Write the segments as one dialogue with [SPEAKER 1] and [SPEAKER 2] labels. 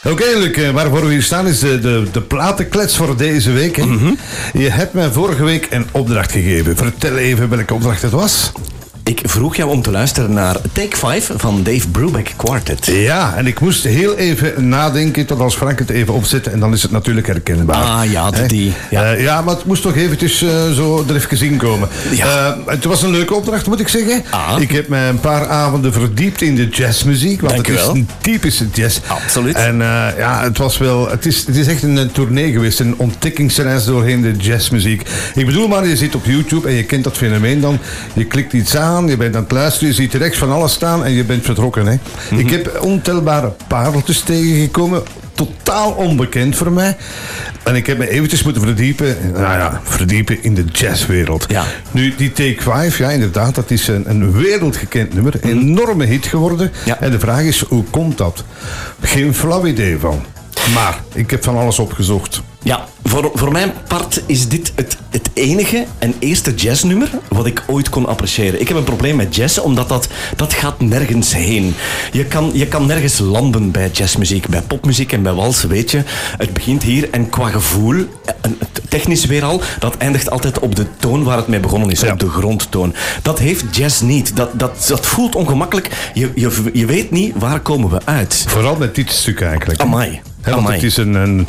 [SPEAKER 1] Oké, Luc, waarvoor we hier staan is de platenklets voor deze week. Hè? Mm-hmm. Je hebt mij vorige week een opdracht gegeven. Vertel even welke opdracht het was.
[SPEAKER 2] Ik vroeg jou om te luisteren naar Take 5 van Dave Brubeck Quartet.
[SPEAKER 1] Ja, en ik moest heel even nadenken tot als Frank het even opzet en dan is het natuurlijk herkenbaar.
[SPEAKER 2] Ah ja, die.
[SPEAKER 1] Ja, maar het moest toch eventjes zo er even in komen. Ja. Het was een leuke opdracht, moet ik zeggen. Ik heb mij een paar avonden verdiept in de jazzmuziek, want het is een typische jazz.
[SPEAKER 2] Absoluut.
[SPEAKER 1] En het is echt een tournee geweest, een ontdekkingsreis doorheen de jazzmuziek. Ik bedoel maar, je zit op YouTube en je kent dat fenomeen dan. Je klikt iets aan. Je bent aan het luisteren, je ziet rechts van alles staan en je bent vertrokken. Hè? Mm-hmm. Ik heb ontelbare pareltjes tegengekomen, totaal onbekend voor mij. En ik heb me eventjes moeten verdiepen in de jazzwereld. Ja. Nu, die Take 5, ja inderdaad, dat is een wereldgekend nummer. Een enorme hit geworden. Ja. En de vraag is, hoe komt dat? Geen flauw idee van. Maar ik heb van alles opgezocht.
[SPEAKER 2] Ja, voor mijn part is dit het enige en eerste jazznummer wat ik ooit kon appreciëren. Ik heb een probleem met jazz, omdat dat gaat nergens heen. Je kan nergens landen bij jazzmuziek, bij popmuziek en bij wals, weet je. Het begint hier en qua gevoel, technisch weer al, dat eindigt altijd op de toon waar het mee begonnen is, op de grondtoon. Dat heeft jazz niet. Dat voelt ongemakkelijk. Je weet niet, waar komen we uit.
[SPEAKER 1] Vooral met dit stuk eigenlijk.
[SPEAKER 2] Amai.
[SPEAKER 1] He, want het is een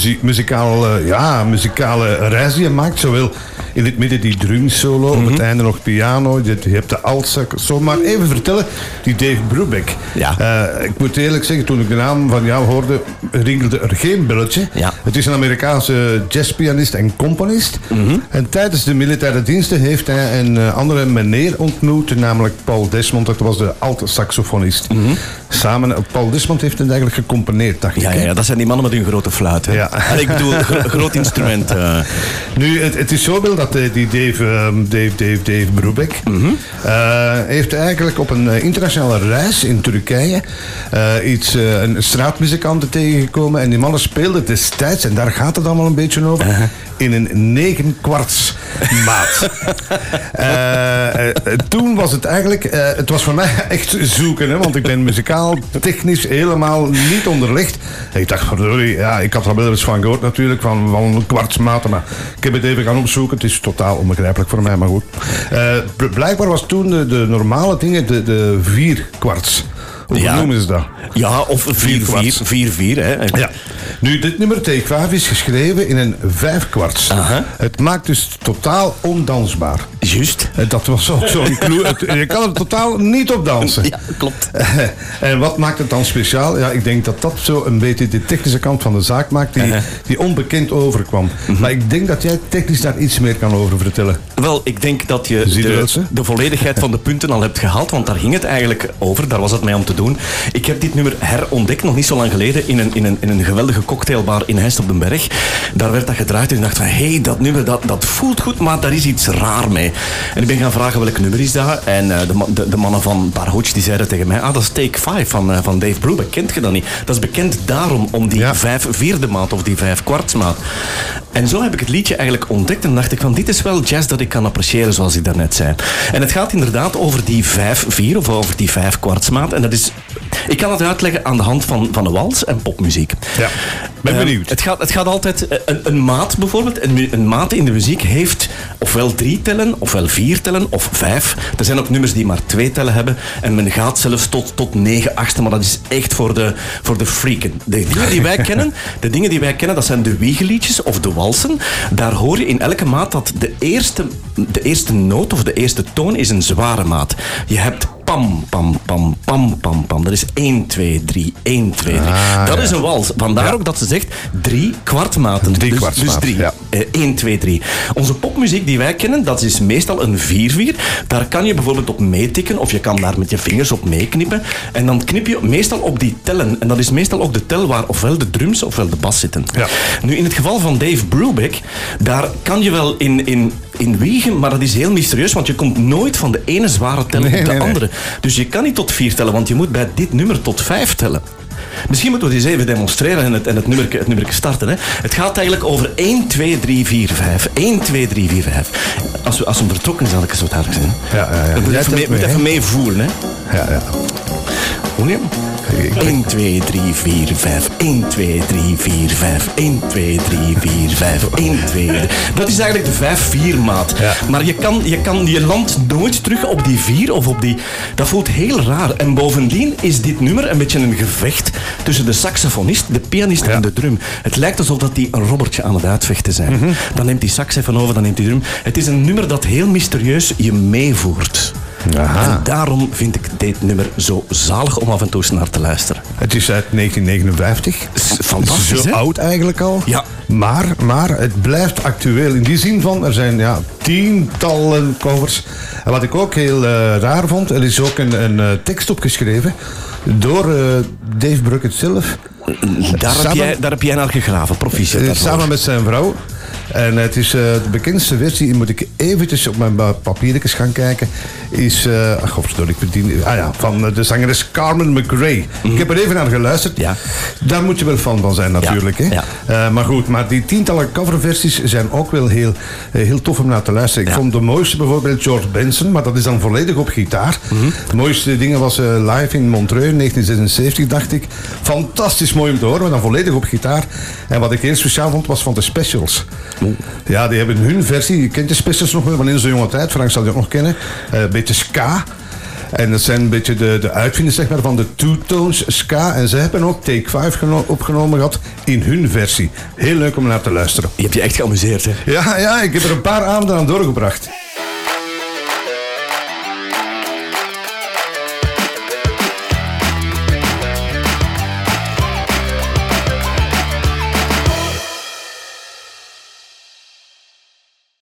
[SPEAKER 1] muzikale reis die je maakt. Zowel in het midden die drumsolo, op het einde nog piano. Je hebt de altsax. Zo maar even vertellen, die Dave Brubeck. Ja. Ik moet eerlijk zeggen, toen ik de naam van jou hoorde, rinkelde er geen belletje. Ja. Het is een Amerikaanse jazzpianist en componist. Mm-hmm. En tijdens de militaire diensten heeft hij een andere meneer ontmoet, namelijk Paul Desmond. Dat was de alt-saxofonist. Mm-hmm. Samen, Paul Desmond heeft het eigenlijk gecomponeerd, dacht ik.
[SPEAKER 2] Ja, dat zijn die mannen met hun grote fluit. Hè? Ja. En ik bedoel, groot instrument.
[SPEAKER 1] Nu, het is zo wel dat die Dave Brubeck heeft eigenlijk op een internationale reis in Turkije een straatmuzikanten tegengekomen. En die mannen speelden destijds, en daar gaat het allemaal een beetje over, in een 9/4 maat. Toen was het eigenlijk, het was voor mij echt zoeken, hè, want ik ben muzikaal, technisch helemaal niet onderlegd. Ik dacht, verdorie, ik had er wel eens van gehoord natuurlijk, van kwartsmaten, maar ik heb het even gaan opzoeken. Het is totaal onbegrijpelijk voor mij, maar goed. Blijkbaar was toen de normale dingen de 4/4. Hoe noemen ze dat?
[SPEAKER 2] Ja, of 4/4, hè.
[SPEAKER 1] Ja. Nu, dit nummer Take 5 is geschreven in een 5/4. Het maakt dus totaal ondansbaar.
[SPEAKER 2] Juist.
[SPEAKER 1] Dat was ook zo'n clue. Je kan er totaal niet op dansen.
[SPEAKER 2] Ja, klopt.
[SPEAKER 1] En wat maakt het dan speciaal? Ja, ik denk dat zo een beetje de technische kant van de zaak maakt, die onbekend overkwam. Maar ik denk dat jij technisch daar iets meer kan over vertellen.
[SPEAKER 2] Wel, ik denk dat je de volledigheid van de punten al hebt gehaald, want daar ging het eigenlijk over. Daar was het mij om te doen. Ik heb dit nummer herontdekt, nog niet zo lang geleden, in een geweldige cocktailbar in Heist op den Berg. Daar werd dat gedraaid en ik dacht van, hey, dat nummer, dat voelt goed, maar daar is iets raar mee. En ik ben gaan vragen, welk nummer is dat? En de mannen van Bar Hooch, die zeiden tegen mij, dat is Take 5 van Dave Brubeck. Kent je dat niet? Dat is bekend daarom, om die 5/4 maat of die 5/4 maat. En zo heb ik het liedje eigenlijk ontdekt en dacht ik van, dit is wel jazz dat ik kan appreciëren, zoals ik daarnet zei. En het gaat inderdaad over die 5/4 of over die 5/4 maat. En dat is, ik kan het uitleggen aan de hand van een wals en popmuziek.
[SPEAKER 1] Ja, ben benieuwd.
[SPEAKER 2] Het gaat altijd, een maat bijvoorbeeld, een maat in de muziek heeft ofwel 3 tellen, ofwel 4 tellen, of 5. Er zijn ook nummers die maar 2 tellen hebben. En men gaat zelfs tot 9/8, maar dat is echt voor de freaken. De dingen die wij kennen, dat zijn de wiegeliedjes of de walsen. Daar hoor je in elke maat dat de eerste noot of de eerste toon is een zware maat. Je hebt pam, pam, pam, pam, pam, pam. Dat is 1, 2, 3, 1, 2, 3. Dat is een wals. Vandaar ook dat ze zegt 3/4-maten. Dus 3. Ja. 1, 2, 3. Onze popmuziek die wij kennen, dat is meestal een 4/4. Daar kan je bijvoorbeeld op meetikken of je kan daar met je vingers op meeknippen. En dan knip je meestal op die tellen. En dat is meestal ook de tel waar ofwel de drums ofwel de bas zitten. Ja. Nu, in het geval van Dave Brubeck, daar kan je wel in wiegen, maar dat is heel mysterieus, want je komt nooit van de ene zware tel op de andere. Dus je kan niet tot 4 tellen, want je moet bij dit nummer tot 5 tellen. Misschien moeten we dit eens even demonstreren en het nummerke starten. Hè. Het gaat eigenlijk over 1, 2, 3, 4, 5. 1, 2, 3, 4, 5. Als we vertrokken is, zal ik eens wat harder zijn.
[SPEAKER 1] Ja.
[SPEAKER 2] Je moet even mee voelen. Hè.
[SPEAKER 1] Ja.
[SPEAKER 2] Hoe neem? 1, 2, 3, 4, 5. 1, 2, 3, 4, 5. 1, 2, 3, 4, 5. 1, 2, 3. Dat is eigenlijk de 5-4 maat. Ja. Maar je landt nooit terug op die 4 of op die... Dat voelt heel raar. En bovendien is dit nummer een beetje een gevecht tussen de saxofonist, de pianist en de drum. Het lijkt alsof dat die een robbertje aan het uitvechten zijn. Mm-hmm. Dan neemt die sax even over, dan neemt die drum. Het is een nummer dat heel mysterieus je meevoert. Aha. En daarom vind ik dit nummer zo zalig om af en toe naar te luisteren.
[SPEAKER 1] Het is uit 1959.
[SPEAKER 2] Fantastisch,
[SPEAKER 1] zo oud eigenlijk al.
[SPEAKER 2] Ja.
[SPEAKER 1] Maar het blijft actueel. In die zin van, er zijn tientallen covers. En wat ik ook heel raar vond, er is ook een tekst opgeschreven door Dave Bruckett zelf.
[SPEAKER 2] Daar heb jij naar gegraven, proficiat.
[SPEAKER 1] Samen met zijn vrouw. En het is de bekendste versie, moet ik eventjes op mijn papiertjes gaan kijken, is van de zangeres Carmen McRae. Mm-hmm. Ik heb er even naar geluisterd. Ja. Daar moet je wel fan van zijn natuurlijk. Ja. Hè? Ja. Maar goed, maar die tientallen coverversies zijn ook wel heel tof om naar te luisteren. Ik vond de mooiste bijvoorbeeld George Benson, maar dat is dan volledig op gitaar. Mm-hmm. De mooiste dingen was live in Montreux, 1976 dacht ik. Fantastisch mooi om te horen, maar dan volledig op gitaar. En wat ik heel speciaal vond, was van de Specials. Ja, die hebben hun versie. Je kent de Specials nog wel van in zo'n jonge tijd. Frank zal die ook nog kennen. Een beetje ska. En dat zijn een beetje de uitvinders zeg maar, van de two-tones ska. En ze hebben ook Take 5 opgenomen gehad in hun versie. Heel leuk om naar te luisteren.
[SPEAKER 2] Je hebt je echt geamuseerd, hè?
[SPEAKER 1] Ja, ik heb er een paar avonden aan doorgebracht.